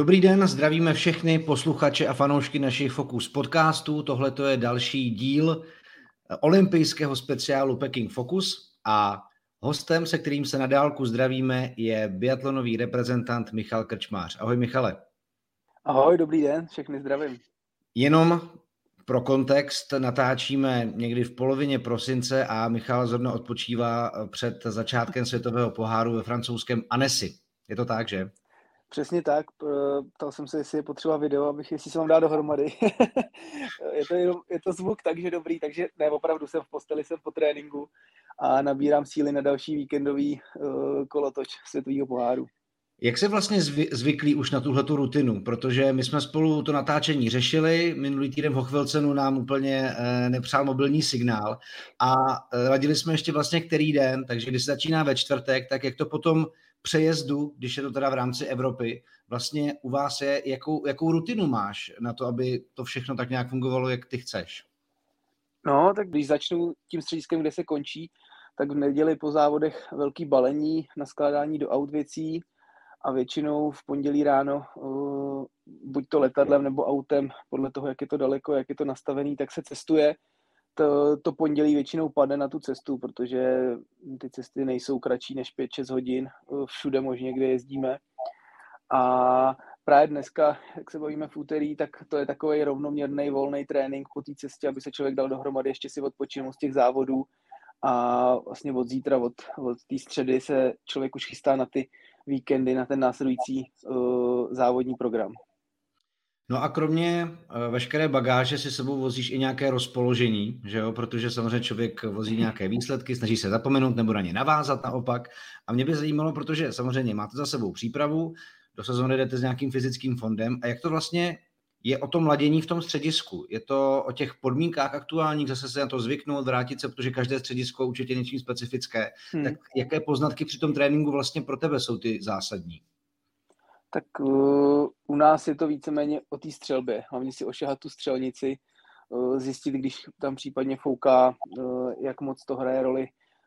Dobrý den, zdravíme všechny posluchače a fanoušky našich Focus podcastů. Tohle je další díl olympijského speciálu Peking Focus a hostem, se kterým se na dálku zdravíme, je biatlonový reprezentant Michal Krčmář. Ahoj Michale. Ahoj, dobrý den, všechny zdravím. Jenom pro kontext natáčíme někdy v polovině prosince a Michal zrovna odpočívá před začátkem světového poháru ve francouzském Annecy. Je to tak, že? Přesně tak, ptal jsem se, jestli je potřeba video, jestli se vám dá dohromady. je to zvuk, takže dobrý, takže ne, opravdu jsem v posteli, jsem po tréninku a nabírám síly na další víkendový kolotoč světového poháru. Jak se vlastně zvyklí už na tuhletu rutinu? Protože my jsme spolu to natáčení řešili, minulý týden v Hochfilzenu nám úplně nepřál mobilní signál a radili jsme ještě vlastně který den, takže když se začíná ve čtvrtek, tak jak to potom přejezdu, když je to teda v rámci Evropy, vlastně u vás je, jakou rutinu máš na to, aby to všechno tak nějak fungovalo, jak ty chceš? No, tak když začnu tím střediskem, kde se končí, tak v neděli po závodech velký balení, naskládání do aut věcí a většinou v pondělí ráno buď to letadlem nebo autem, podle toho, jak je to daleko, jak je to nastavený, tak se cestuje. To pondělí většinou padne na tu cestu, protože ty cesty nejsou kratší než 5-6 hodin všude možně, kde jezdíme. A právě dneska, jak se bavíme v úterý, tak to je takový rovnoměrný volný trénink po té cestě, aby se člověk dal dohromady, ještě si odpočinul z těch závodů. A vlastně od zítra, od té středy se člověk už chystá na ty víkendy, na ten následující závodní program. No a kromě veškeré bagáže si sebou vozíš i nějaké rozpoložení, že jo? Protože samozřejmě člověk vozí nějaké výsledky, snaží se zapomenout nebo na ně navázat naopak. A mě by zajímalo, protože samozřejmě máte za sebou přípravu, do sezóny jdete s nějakým fyzickým fondem a jak to vlastně je o tom ladění v tom středisku? Je to o těch podmínkách aktuálních, zase se na to zvyknout, vrátit se, protože každé středisko určitě něčím specifické. Tak jaké poznatky při tom tréninku vlastně pro tebe jsou ty zásadní? Tak u nás je to víceméně o té střelbě. Hlavně si ošahat tu střelnici, zjistit, když tam případně fouká, jak moc to hraje roli,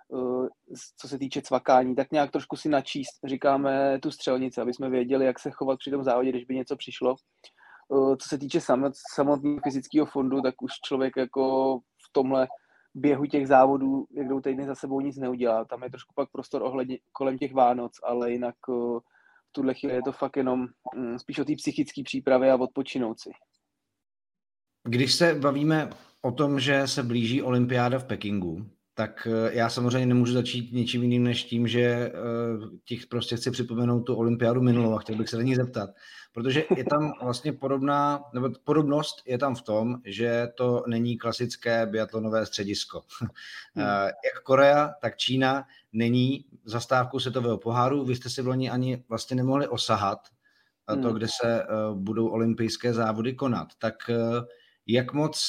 co se týče cvakání, tak nějak trošku si načíst, říkáme, tu střelnici, aby jsme věděli, jak se chovat při tom závodě, když by něco přišlo. Co se týče samotného fyzického fondu, tak už člověk jako v tomhle běhu těch závodů, jak jdou týdny za sebou, nic neudělá. Tam je trošku pak prostor kolem těch Vánoc, ale jinak v tuhle chvíli je to fakt jenom spíš o té psychické přípravě a odpočinout si. Když se bavíme o tom, že se blíží olympiáda v Pekingu, tak já samozřejmě nemůžu začít něčím jiným než tím, že těch prostě chci připomenout tu olympiádu minulou a chtěl bych se na ní zeptat, protože je tam vlastně podobnost je tam v tom, že to není klasické biatlonové středisko. Jak Korea, tak Čína není zastávkou světového poháru, vy jste si v loni ani vlastně nemohli osahat to, kde se budou olympijské závody konat, tak jak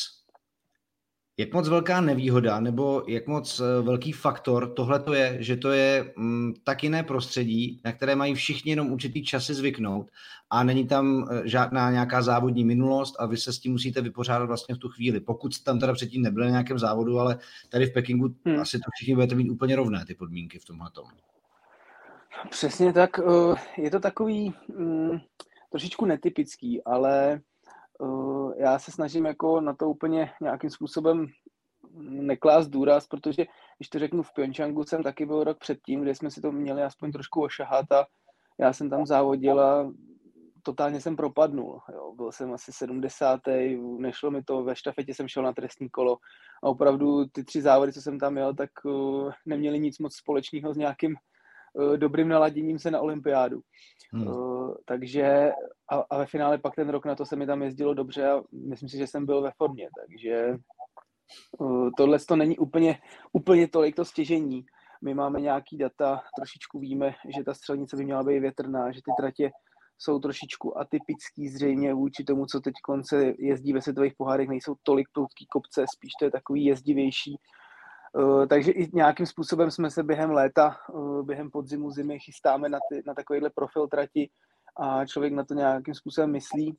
moc velká nevýhoda nebo jak moc velký faktor tohle to je, že to je tak jiné prostředí, na které mají všichni jenom určitý časy zvyknout a není tam žádná nějaká závodní minulost a vy se s tím musíte vypořádat vlastně v tu chvíli. Pokud jste tam teda předtím nebyli na nějakém závodu, ale tady v Pekingu asi to všichni budete mít úplně rovné ty podmínky v tomhletom. Přesně tak. Je to takový trošičku netypický, ale já se snažím jako na to úplně nějakým způsobem neklást důraz, protože když to řeknu, v Pyeongchangu jsem taky byl rok předtím, kde jsme si to měli aspoň trošku ošahat a já jsem tam závodil a totálně jsem propadnul. Jo. Byl jsem asi 70. Nešlo mi to, ve štafetě jsem šel na trestní kolo a opravdu ty 3 závody, co jsem tam jel, tak neměly nic moc společného s nějakým dobrým naladěním se na olympiádu. Takže a ve finále pak ten rok na to se mi tam jezdilo dobře a myslím si, že jsem byl ve formě, takže tohle to není úplně tolik to stěžení. My máme nějaký data, trošičku víme, že ta střelnice by měla být větrná, že ty tratě jsou trošičku atypický zřejmě vůči tomu, co teď konce jezdí ve světových pohárech, nejsou tolik prudký kopce, spíš to je takový jezdivější. Takže i nějakým způsobem jsme se během léta, během podzimu, zimy chystáme na takovýhle profil trati a člověk na to nějakým způsobem myslí.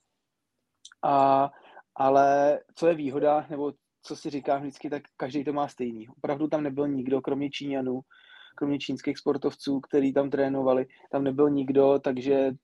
Ale co je výhoda, nebo co si říkám vždycky, tak každý to má stejný. Opravdu tam nebyl nikdo, kromě Číňanů, kromě čínských sportovců, kteří tam trénovali, tam nebyl nikdo, takže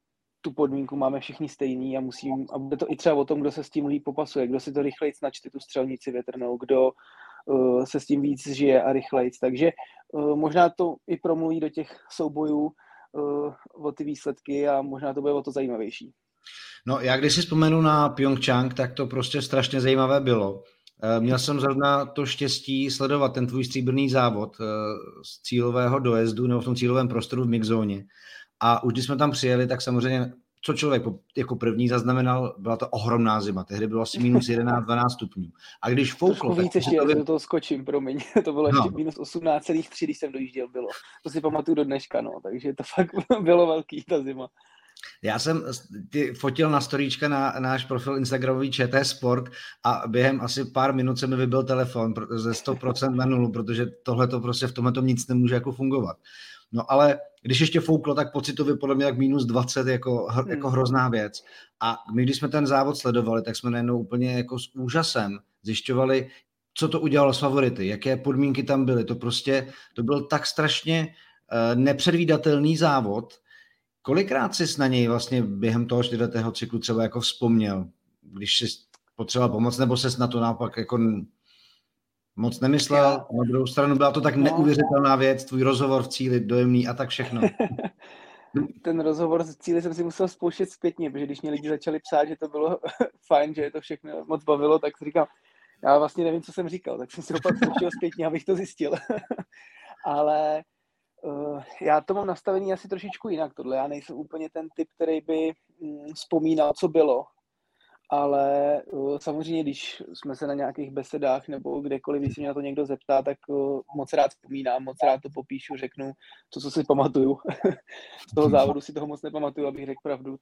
tu podmínku máme všichni stejný a bude to i třeba o tom, kdo se s tím líp popasuje, kdo si to rychleji načte tu střelnici větrnou, kdo se s tím víc žije a rychleji. Takže možná to i promluví do těch soubojů o ty výsledky a možná to bude o to zajímavější. No, já když si vzpomenu na Pyeongchang, tak to prostě strašně zajímavé bylo. Měl jsem zrovna to štěstí sledovat ten tvůj stříbrný závod z cílového dojezdu nebo v tom cílovém prostoru v mixzóně. A už když jsme tam přijeli, tak samozřejmě, co člověk jako první zaznamenal, byla to ohromná zima. Tehdy bylo asi minus 11-12 stupňů. A když fouklo... Trošku víc ještě, já do toho skočím, promiň. To bylo ještě minus 18,3, když jsem dojížděl, bylo. To si pamatuju do dneška, no. Takže to fakt bylo velký, ta zima. Já jsem fotil na storíčka na náš profil Instagramový ČT Sport a během asi pár minut se mi vybil telefon ze 100% na nulu, protože tohleto prostě v tomhletom nic nemůže jako fungovat. No ale když ještě fouklo, tak pocitově podle mě jak minus 20 jako hrozná věc. A my, když jsme ten závod sledovali, tak jsme najednou úplně jako s úžasem zjišťovali, co to udělalo s favority, jaké podmínky tam byly. To byl tak strašně nepředvídatelný závod. Kolikrát jsi na něj vlastně během toho 4letého cyklu třeba jako vzpomněl, když jsi potřeboval pomoc, nebo ses na to naopak jako moc nemyslel? Na druhou stranu byla to tak neuvěřitelná věc, tvůj rozhovor v cíli, dojemný a tak všechno. Ten rozhovor v cíli jsem si musel spouštět zpětně, protože když mě lidi začali psát, že to bylo fajn, že to všechno moc bavilo, tak si říkám, já vlastně nevím, co jsem říkal, tak jsem si opak spouštěl zpětně, abych to zjistil. Ale já to mám nastavený asi trošičku jinak tohle. Já nejsem úplně ten typ, který by vzpomínal, co bylo. Ale samozřejmě, když jsme se na nějakých besedách nebo kdekoliv, když se mě na to někdo zeptá, tak moc rád vzpomínám, moc rád to popíšu, řeknu to, co si pamatuju. Z toho závodu si toho moc nepamatuju, abych řekl pravdu,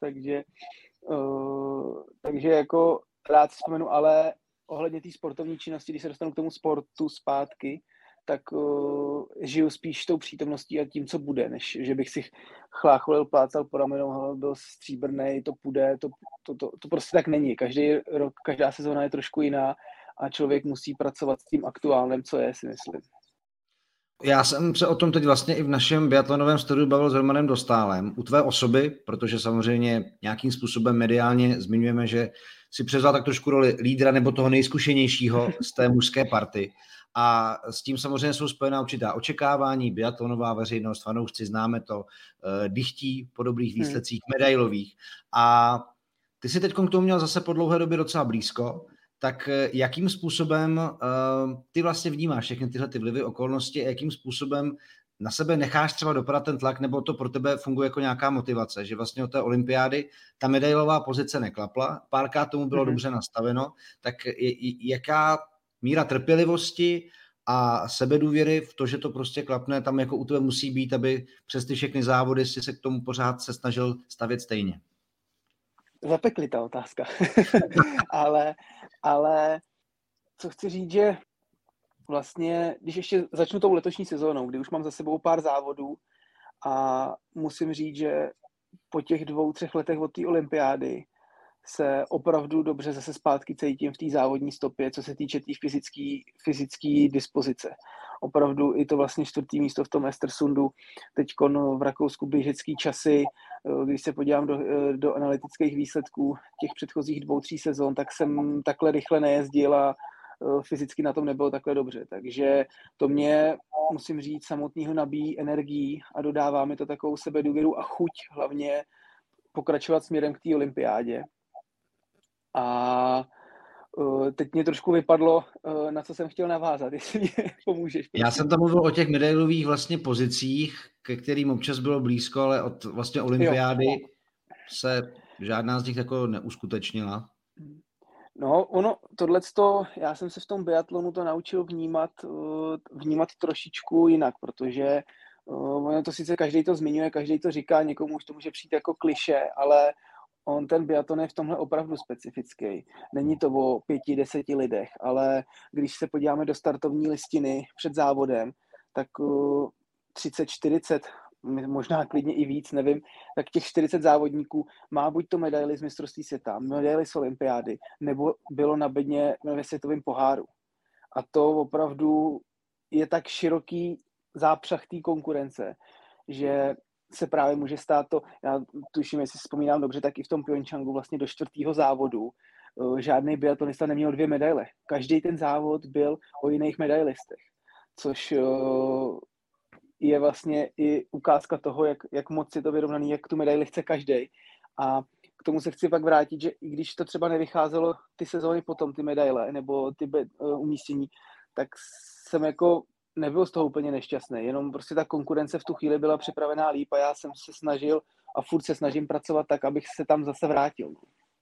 takže jako rád si vzpomenu, ale ohledně té sportovní činnosti, když se dostanu k tomu sportu zpátky, tak žiju spíš tou přítomností a tím, co bude, než že bych si chlácholil, plácal po ramenou, byl stříbrnej, to půjde, to prostě tak není. Každý rok, každá sezóna je trošku jiná a člověk musí pracovat s tím aktuálním, co je, si myslím. Já jsem se o tom teď vlastně i v našem biatlonovém studiu bavil s Romanem Dostálem. U tvé osoby, protože samozřejmě nějakým způsobem mediálně zmiňujeme, že si převzal tak trošku roli lídra nebo toho nejzkušenějšího z té mužské party. A s tím samozřejmě jsou spojená určitá očekávání, biatlonová veřejnost, fanoušci, známe to, dychtí po dobrých výsledcích, medailových. A ty si teď k tomu měl zase po dlouhé době docela blízko, tak jakým způsobem ty vlastně vnímáš všechny tyhle ty vlivy, okolnosti a jakým způsobem na sebe necháš třeba dopadat ten tlak, nebo to pro tebe funguje jako nějaká motivace, že vlastně od té olympiády ta medailová pozice neklapla, párkrát tomu bylo dobře nastaveno, tak jaká míra trpělivosti a sebedůvěry v to, že to prostě klapne, tam jako u tebe musí být, aby přes ty všechny závody si se k tomu pořád se snažil stavět stejně? Zapeklitá otázka. ale co chci říct, že vlastně, když ještě začnu tou letošní sezónou, kdy už mám za sebou pár závodů a musím říct, že po těch 2-3 letech od té olympiády se opravdu dobře zase zpátky cítím v té závodní stopě, co se týče té fyzické dispozice. Opravdu i to vlastně 4. místo v tom Estersundu, teďko v Rakousku běžecký časy, když se podívám do analytických výsledků těch předchozích 2-3 sezon, tak jsem takhle rychle nejezdil a fyzicky na tom nebylo takhle dobře. Takže to mě, musím říct, samotného nabíjí energií a dodává mi to takovou sebedůvěru a chuť hlavně pokračovat směrem k té olympiádě. A teď mě trošku vypadlo, na co jsem chtěl navázat, jestli mě pomůžeš. Prosím. Já jsem tam mluvil o těch medailových vlastně pozicích, ke kterým občas bylo blízko, ale od vlastně olympiády se žádná z nich jako neuskutečnila. No, tohleto, já jsem se v tom biatlonu to naučil vnímat trošičku jinak, protože ono to sice každý to zmiňuje, každý to říká, někomu už to může přijít jako klišé, ale ten biatlon je v tomhle opravdu specifický. Není to o 5-10 lidech, ale když se podíváme do startovní listiny před závodem, tak 30-40, možná klidně i víc, nevím, tak těch 40 závodníků má buď to medaily z mistrovství světa, medaily z olympiády, nebo bylo na bedně ve světovém poháru. A to opravdu je tak široký zápřah té konkurence, že se právě může stát to, já tuším, jestli si vzpomínám dobře, tak i v tom Pyeongchangu vlastně do 4. závodu žádný biatlonista neměl 2 medaile. Každý ten závod byl o jiných medailistech, což je vlastně i ukázka toho, jak moc je to vyrovnaný, jak tu medaili chce každý. A k tomu se chci pak vrátit, že i když to třeba nevycházelo ty sezóny potom, ty medaile nebo ty umístění, tak jsem jako nebyl z toho úplně nešťastný, jenom prostě ta konkurence v tu chvíli byla připravená líp a já jsem se snažil a furt se snažím pracovat tak, abych se tam zase vrátil.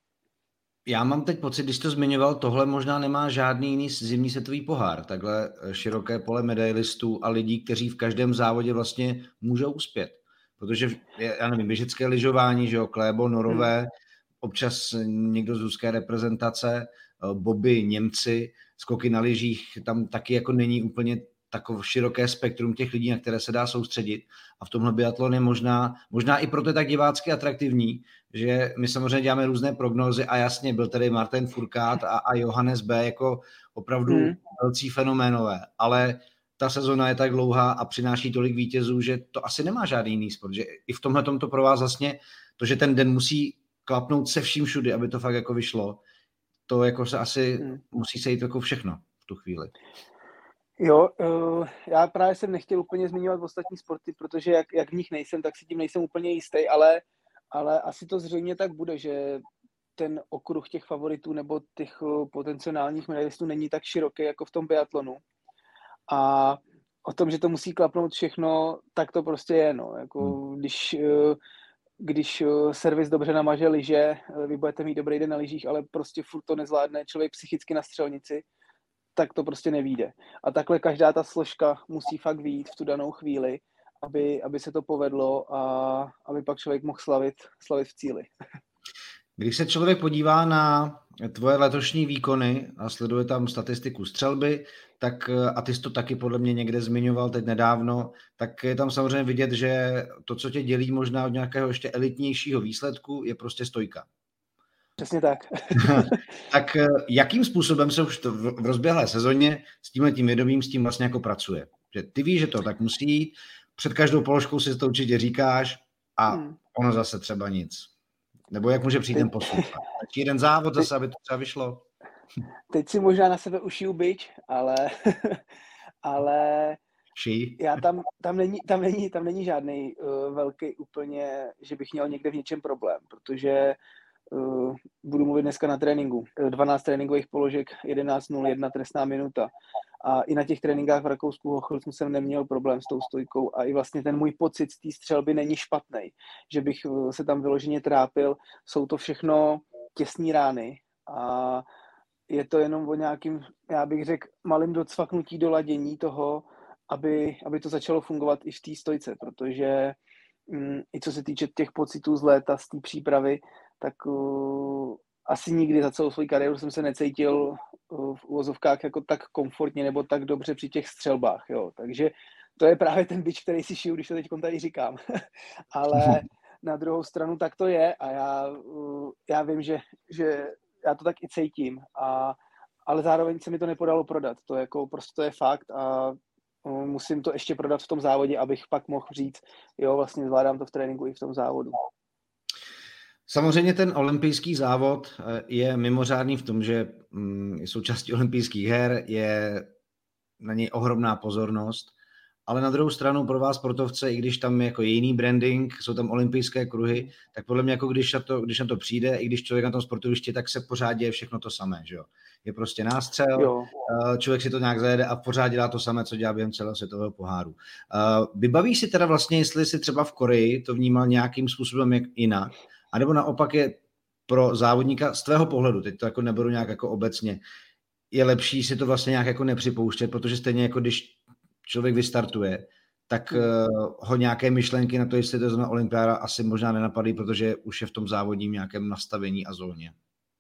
Já mám teď pocit, když to zmiňoval, tohle možná nemá žádný jiný zimní světový pohár, takhle široké pole medailistů a lidí, kteří v každém závodě vlastně můžou uspět. Protože, já nevím, běžecké lyžování, že jo, Klébo, Norové, občas někdo z ruské reprezentace, Bobby, Němci, skoky na lyžích, tam taky jako není úplně takové široké spektrum těch lidí, na které se dá soustředit. A v tomhle biatlon je možná i proto je tak divácky atraktivní, že my samozřejmě děláme různé prognózy a jasně, byl tady Martin Fourcade a Johannes B. jako opravdu velcí fenoménové, ale ta sezona je tak dlouhá a přináší tolik vítězů, že to asi nemá žádný jiný sport, že i v tomhle to pro vás vlastně, to, že ten den musí klapnout se vším všudy, aby to fakt jako vyšlo, to jako se asi musí sejít jako všechno v tu chvíli. Jo, já právě jsem nechtěl úplně zmiňovat ostatní sporty, protože jak v nich nejsem, tak si tím nejsem úplně jistý, ale asi to zřejmě tak bude, že ten okruh těch favoritů nebo těch potenciálních medailistů není tak široký jako v tom biatlonu. A o tom, že to musí klapnout všechno, tak to prostě je. No. Jako, když servis dobře namaže lyže, vy budete mít dobrý den na lyžích, ale prostě furt to nezvládne člověk psychicky na střelnici, tak to prostě nevyjde. A takhle každá ta složka musí fakt vyjít v tu danou chvíli, aby se to povedlo a aby pak člověk mohl slavit v cíli. Když se člověk podívá na tvoje letošní výkony a sleduje tam statistiku střelby, tak, a ty jsi to taky podle mě někde zmiňoval teď nedávno, tak je tam samozřejmě vidět, že to, co tě dělí možná od nějakého ještě elitnějšího výsledku, je prostě stojka. Přesně tak. Tak jakým způsobem se už v rozběhlé sezóně s tímhletím vědomím, s tím vlastně jako pracuje? Že ty víš, že to tak musí jít, před každou položkou si to určitě říkáš a ono zase třeba nic. Nebo jak může přijít ten posun? Jeden závod zase, aby to třeba vyšlo. Teď si možná na sebe ušiju bič, ale já tam není žádný velký úplně, že bych měl někde v něčem problém, protože budu mluvit dneska na tréninku. 12 tréninkových položek, 11:01 trestná minuta. A i na těch tréninkách v Rakousku Hochfilzu jsem neměl problém s tou stojkou a i vlastně ten můj pocit z té střelby není špatný, že bych se tam vyloženě trápil. Jsou to všechno těsné rány a je to jenom o nějakým, já bych řekl, malým docvaknutí do ladění toho, aby to začalo fungovat i v té stojce, protože i co se týče těch pocitů z léta, z té přípravy, tak asi nikdy za celou svou kariéru jsem se necítil v uvozovkách jako tak komfortně nebo tak dobře při těch střelbách. Jo. Takže to je právě ten bič, který si šiju, když to teď tady říkám. Ale na druhou stranu tak to je a já vím, že já to tak i cítím. Ale zároveň se mi to nepodalo prodat. To jako prostě to je fakt a musím to ještě prodat v tom závodě, abych pak mohl říct, jo, vlastně zvládám to v tréninku i v tom závodu. Samozřejmě ten olympijský závod je mimořádný v tom, že je součástí olympijských her, je na něj ohromná pozornost, ale na druhou stranu pro vás sportovce, i když tam je jako jiný branding, jsou tam olympijské kruhy, tak podle mě jako když na to přijde, i když člověk na tom sportovišti, tak se pořád děje všechno to samé, že jo. Je prostě nástřel, jo. Člověk si to nějak zajede a pořád dělá to samé, co dělá během celého světového poháru. Vybavíš si teda vlastně, jestli si třeba v Koreji to vnímal nějakým způsobem jinak, anebo naopak je pro závodníka z tvého pohledu, teď to jako neberu nějak jako obecně, je lepší si to vlastně nějak jako nepřipouštět, protože stejně jako když člověk vystartuje, tak ho nějaké myšlenky na to, jestli to je zóna olympiáda, asi možná nenapadají, protože už je v tom závodním nějakém nastavení a zóně.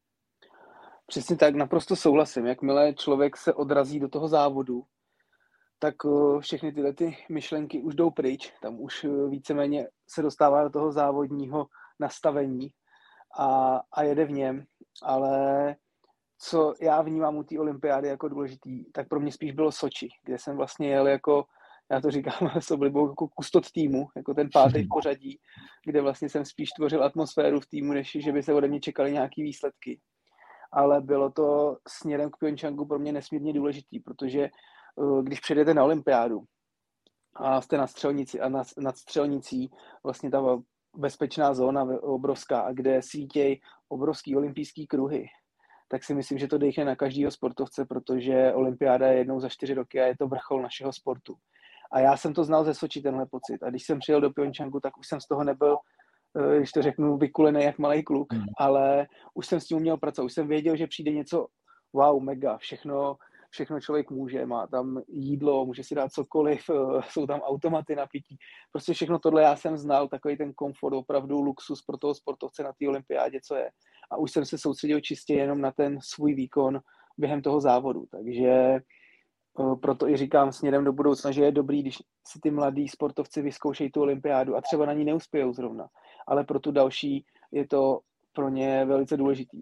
Přesně tak, naprosto souhlasím. Jakmile člověk se odrazí do toho závodu, tak všechny tyhle ty myšlenky už jdou pryč. Tam už víceméně se dostává do toho závodního nastavení a jede v něm. Ale co já vnímám u té olympiády jako důležitý, tak pro mě spíš bylo Soči, kde jsem vlastně jel jako já to říkám s oblibou jako kustot týmu, jako ten pátý v pořadí, kde vlastně jsem spíš tvořil atmosféru v týmu, než že by se ode mě čekaly nějaký výsledky. Ale bylo to směrem k Pyeongchangu pro mě nesmírně důležitý, protože když přijedete na olympiádu a jste na střelnici a nad střelnicí vlastně ta bezpečná zóna obrovská, kde svítějí obrovský olympijský kruhy, tak si myslím, že to dejchne na každého sportovce, protože olympiáda je jednou za 4 roky a je to vrchol našeho sportu. A já jsem to znal ze Soči, tenhle pocit. A když jsem přijel do Pyeongchangu, tak už jsem z toho nebyl, když to řeknu, vykulený jak malý kluk, ale už jsem s tím uměl pracovat. Už jsem věděl, že přijde něco wow, mega, všechno člověk může, má tam jídlo, může si dát cokoliv, jsou tam automaty na pití. Prostě všechno tohle já jsem znal, takový ten komfort, opravdu luxus pro toho sportovce na té olympiádě, co je. A už jsem se soustředil čistě jenom na ten svůj výkon během toho závodu. Takže proto i říkám směrem do budoucna, že je dobrý, když si ty mladí sportovci vyzkoušejí tu olympiádu a třeba na ní neuspějou zrovna. Ale pro tu další je to pro ně velice důležitý.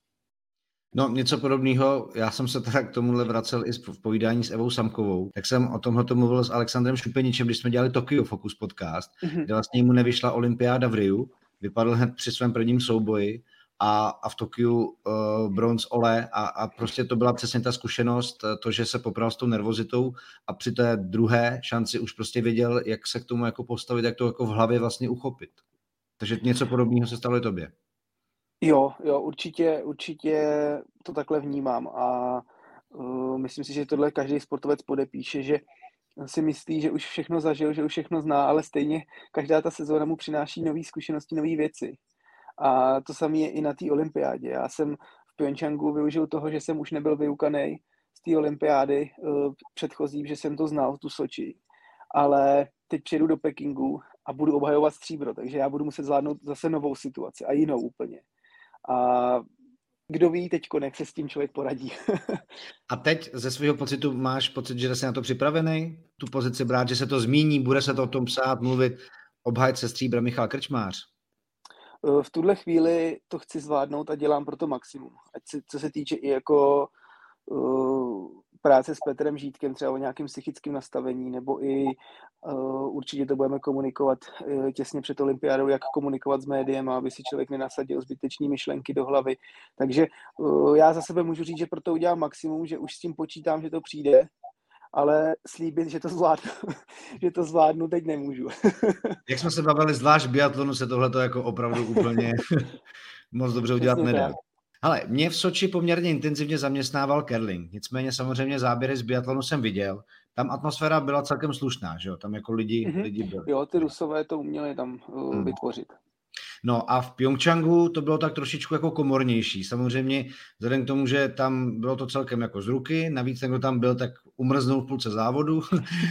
No, něco podobného, já jsem se teda k tomuhle vracel i v povídání s Evou Samkovou, tak jsem o tomhle mluvil s Alexandrem Šupeničem, když jsme dělali Tokyo Focus podcast, kde vlastně mu nevyšla olympiáda v Riu, vypadl hned při svém prvním souboji a v Tokiu bronz ole a prostě to byla přesně ta zkušenost, to, že se popral s tou nervozitou a při té druhé šanci už prostě věděl, jak se k tomu jako postavit, jak to jako v hlavě vlastně uchopit. Takže něco podobného se stalo i tobě. Jo, určitě to takhle vnímám a myslím si, že tohle každý sportovec podepíše, že si myslí, že už všechno zažil, že už všechno zná, ale stejně každá ta sezóna mu přináší nové zkušenosti, nové věci. A to samé je i na té olympiádě. Já jsem v Pyeongchangu využil toho, že jsem už nebyl vyukanej z té olympiády předchozí, že jsem to znal, tu Soči. Ale teď přijedu do Pekingu a budu obhajovat stříbro, takže já budu muset zvládnout zase novou situaci a jinou úplně. A kdo ví teďko, jak se s tím člověk poradí. A teď ze svého pocitu máš pocit, že jsi na to připravený? Tu pozici brát, že se to zmíní, bude se to o tom psát, mluvit, obhájce stříbra Michal Krčmář? V tuhle chvíli to chci zvládnout a dělám pro to maximum. Co se týče i jako práce s Petrem Žítkem, třeba o nějakém psychickém nastavení, nebo i určitě to budeme komunikovat těsně před olympiádou, jak komunikovat s médiem, aby si člověk nenasadil zbytečné myšlenky do hlavy. Takže já za sebe můžu říct, že pro to udělám maximum, že už s tím počítám, že to přijde, ale slíbit, že to zvládnu, teď nemůžu. Jak jsme se bavili, zvlášť v biatlonu se tohleto jako opravdu úplně moc dobře udělat nedá. Ale mě v Soči poměrně intenzivně zaměstnával curling, nicméně samozřejmě záběry z biatlonu jsem viděl. Tam atmosféra byla celkem slušná, že jo? Tam jako lidi byli. Jo, ty Rusové to uměli tam vytvořit. No a v Pyeongchangu to bylo tak trošičku jako komornější. Samozřejmě vzhledem k tomu, že tam bylo to celkem jako z ruky, navíc ten, kdo tam byl, tak umrznul v půlce závodu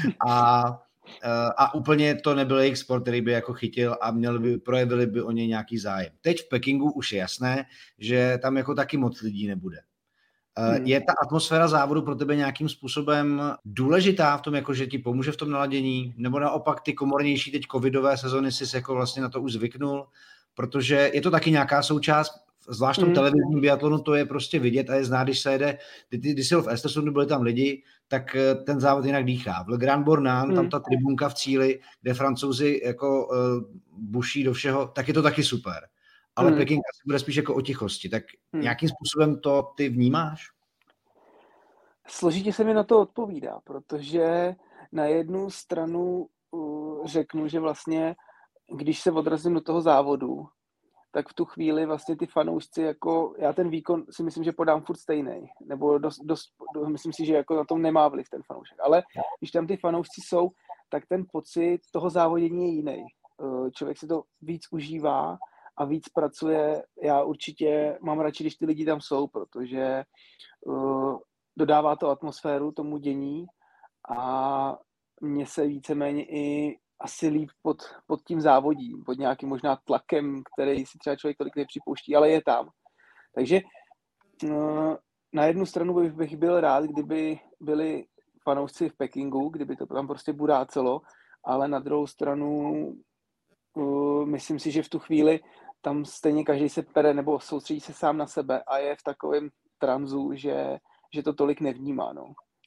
a úplně to nebyl jejich sport, který by jako chytil a projevili by o něj nějaký zájem. Teď v Pekingu už je jasné, že tam jako taky moc lidí nebude. Je ta atmosféra závodu pro tebe nějakým způsobem důležitá v tom, jako že ti pomůže v tom naladění? Nebo naopak ty komornější teď covidové sezony si jako vlastně na to už zvyknul? Protože je to taky nějaká součást, zvlášť v tom televizním biatlonu, to je prostě vidět a je znát, když se jede, když jsi v Östersundu, byli tam lidi, tak ten závod jinak dýchá. V Le Grand Bornand, tam ta tribunka v cíli, kde Francouzi jako buší do všeho, tak je to taky super. Ale Peking asi bude spíš jako o tichosti. Tak nějakým způsobem to ty vnímáš? Složitě se mi na to odpovídá, protože na jednu stranu řeknu, že vlastně, když se odrazím do toho závodu, tak v tu chvíli vlastně ty fanoušci, jako já ten výkon si myslím, že podám furt stejný, nebo myslím si, že jako na tom nemá vliv ten fanoušek. Ale když tam ty fanoušci jsou, tak ten pocit toho závodění je jiný. Člověk si to víc užívá a víc pracuje. Já určitě mám radši, když ty lidi tam jsou, protože dodává to atmosféru tomu dění a mně se víceméně i asi líp pod tím závodím, pod nějakým možná tlakem, který si třeba člověk tolik nepřipouští, ale je tam. Takže na jednu stranu bych byl rád, kdyby byli fanoušci v Pekingu, kdyby to tam prostě burácelo, ale na druhou stranu myslím si, že v tu chvíli tam stejně každý se pere nebo soustředí se sám na sebe a je v takovém tranzu, že to tolik nevnímá. No.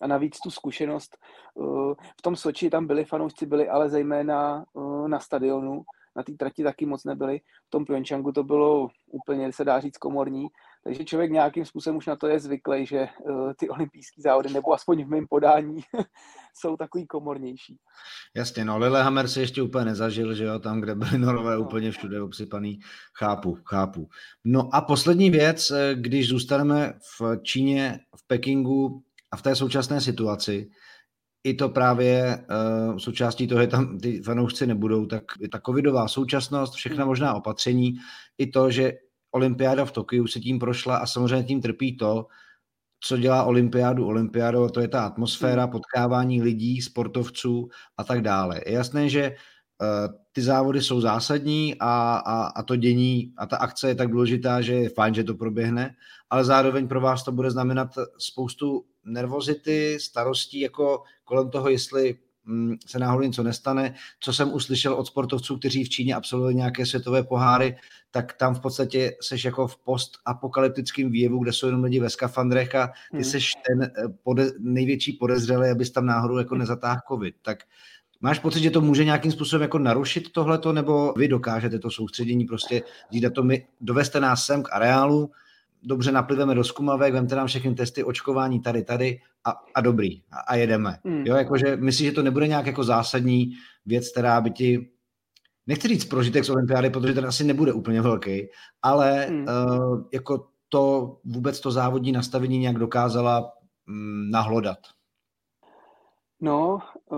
A navíc tu zkušenost, v tom Soči tam byli fanoušci, byli ale zejména na stadionu, na té trati taky moc nebyli. V tom Pyeongchangu to bylo úplně, se dá říct, komorní, takže člověk nějakým způsobem už na to je zvyklý, že ty olympijské závody, nebo aspoň v mém podání, jsou takový komornější. Jasně, no, Lillehammer si ještě úplně nezažil, že jo, tam, kde byli Norové úplně všude obsypaný. Chápu. No a poslední věc, když zůstaneme v Číně, v Pekingu a v té současné situaci, i to právě součástí toho, že tam ty fanoušci nebudou, tak i ta covidová současnost, všechna možná opatření, i to, že olympiáda v Tokiu se tím prošla a samozřejmě tím trpí to, co dělá olympiádu, to je ta atmosféra, potkávání lidí, sportovců a tak dále. Je jasné, že ty závody jsou zásadní a to dění a ta akce je tak důležitá, že je fajn, že to proběhne, ale zároveň pro vás to bude znamenat spoustu nervozity, starostí jako kolem toho, jestli se náhodou něco nestane. Co jsem uslyšel od sportovců, kteří v Číně absolvovali nějaké světové poháry, tak tam v podstatě seš jako v postapokalyptickém výjevu, kde jsou jenom lidi ve skafandrech a ty seš ten největší podezřelý, abys tam náhodou jako nezatáhl covid. Tak máš pocit, že to může nějakým způsobem jako narušit tohleto, nebo vy dokážete to soustředění prostě říct, to my doveste nás sem k areálu, dobře napliveme do zkumavek, vemte nám všechny testy, očkování tady a dobrý a jedeme. Jo, jakože myslíš, že to nebude nějak jako zásadní věc, která by ti, nechci říct prožitek z olympiády, protože ten asi nebude úplně velký, ale jako to vůbec to závodní nastavení nějak dokázala nahlodat. No,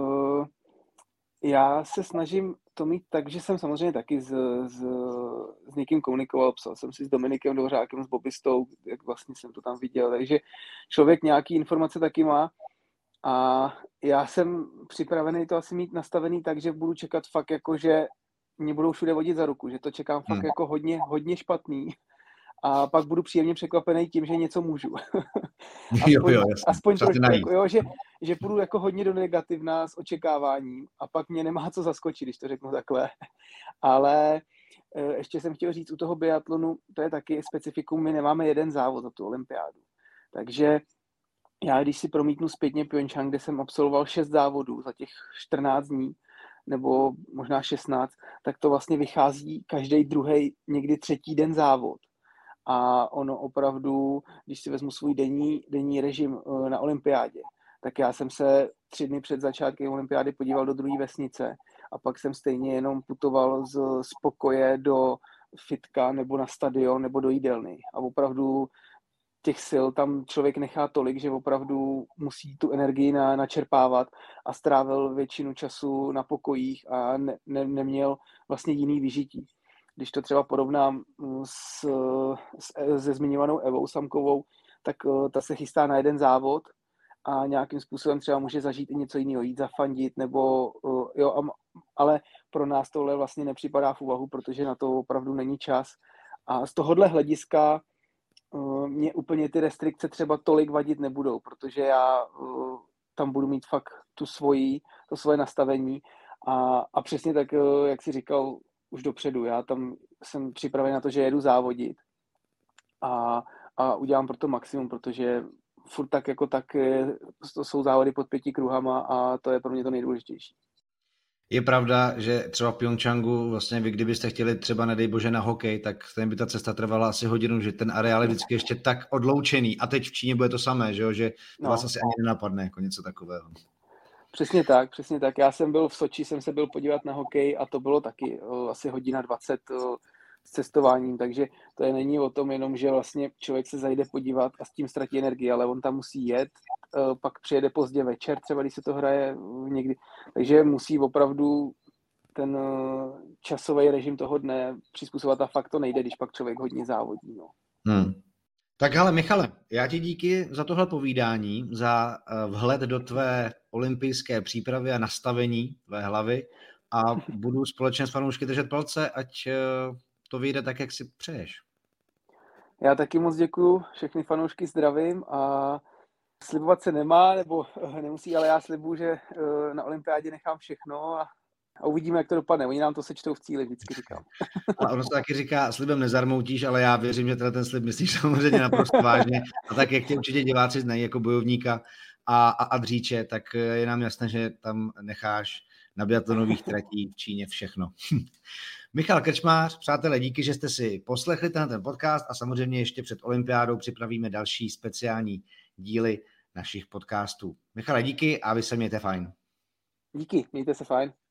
já se snažím to mít tak, že jsem samozřejmě taky s někým komunikoval, psal jsem si s Dominikem Dvořákem, s Bobistou, jak vlastně jsem to tam viděl, takže člověk nějaký informace taky má a já jsem připravený to asi mít nastavený tak, že budu čekat fakt jako, že mě budou všude vodit za ruku, že to čekám fakt jako hodně špatný a pak budu příjemně překvapený tím, že něco můžu. aspoň trošku, jako, že půjdu jako hodně do negativna s očekáváním a pak mě nemá co zaskočit, když to řeknu takhle. Ale ještě jsem chtěl říct, u toho biatlonu, to je taky specifikum, my nemáme jeden závod za tu olympiádu. Takže já, když si promítnu zpětně Pyeongchang, kde jsem absolvoval 6 závodů za těch 14 dní, nebo možná 16, tak to vlastně vychází každý druhý, někdy třetí den závod. A ono opravdu, když si vezmu svůj denní režim na olympiádě, tak já jsem se 3 dny před začátkem olympiády podíval do druhé vesnice a pak jsem stejně jenom putoval z pokoje do fitka nebo na stadion nebo do jídelny. A opravdu těch sil tam člověk nechá tolik, že opravdu musí tu energii načerpávat a strávil většinu času na pokojích a neměl vlastně jiný vyžití. Když to třeba porovnám se zmiňovanou Evou Samkovou, tak ta se chystá na jeden závod a nějakým způsobem třeba může zažít i něco jiného, jít zafandit, nebo ale pro nás tohle vlastně nepřipadá v úvahu, protože na to opravdu není čas. A z tohohle hlediska mě úplně ty restrikce třeba tolik vadit nebudou, protože já tam budu mít fakt to svoje nastavení a přesně tak, jak jsi říkal už dopředu, já tam jsem připraven na to, že jedu závodit a udělám pro to maximum, protože furt tak jako tak to jsou závody pod 5 kruhama a to je pro mě to nejdůležitější. Je pravda, že třeba v Pyeongchangu vlastně vy, kdybyste chtěli třeba nedej bože na hokej, tak ten by ta cesta trvala asi hodinu, že ten areál je vždycky ještě tak odloučený. A teď v Číně bude to samé, že vás asi ani nenapadne jako něco takového. Přesně tak. Já jsem byl v Soči, jsem se byl podívat na hokej a to bylo taky asi 1:20 hodin s cestováním, takže to není o tom jenom, že vlastně člověk se zajde podívat a s tím ztratí energii, ale on tam musí jet, pak přijede pozdě večer, třeba když se to hraje někdy, takže musí opravdu ten časový režim toho dne přizpůsobovat a fakt to nejde, když pak člověk hodně závodí. No. Tak hele, Michale, já ti díky za tohle povídání, za vhled do tvé olympijské přípravy a nastavení tvé hlavy a budu společně s fanoušky držet palce, ať to vyjde tak, jak si přeješ. Já taky moc děkuju, všechny fanoušky zdravím a slibovat se nemá, nebo nemusí, ale já slibuju, že na olympiádě nechám všechno a uvidíme, jak to dopadne. Oni nám to sečtou v cíli, vždycky říkám. A ono se taky říká, slibem nezarmoutíš, ale já věřím, že ten slib myslíš samozřejmě naprosto vážně. A tak, jak tě určitě diváci znají jako bojovníka a dříče, tak je nám jasné, že tam necháš na biatlonových tratí v Číně všechno. Michal Krčmář, přátelé, díky, že jste si poslechli ten podcast a samozřejmě ještě před olympiádou připravíme další speciální díly našich podcastů. Michale, díky a vy se mějte fajn. Díky, mějte se fajn.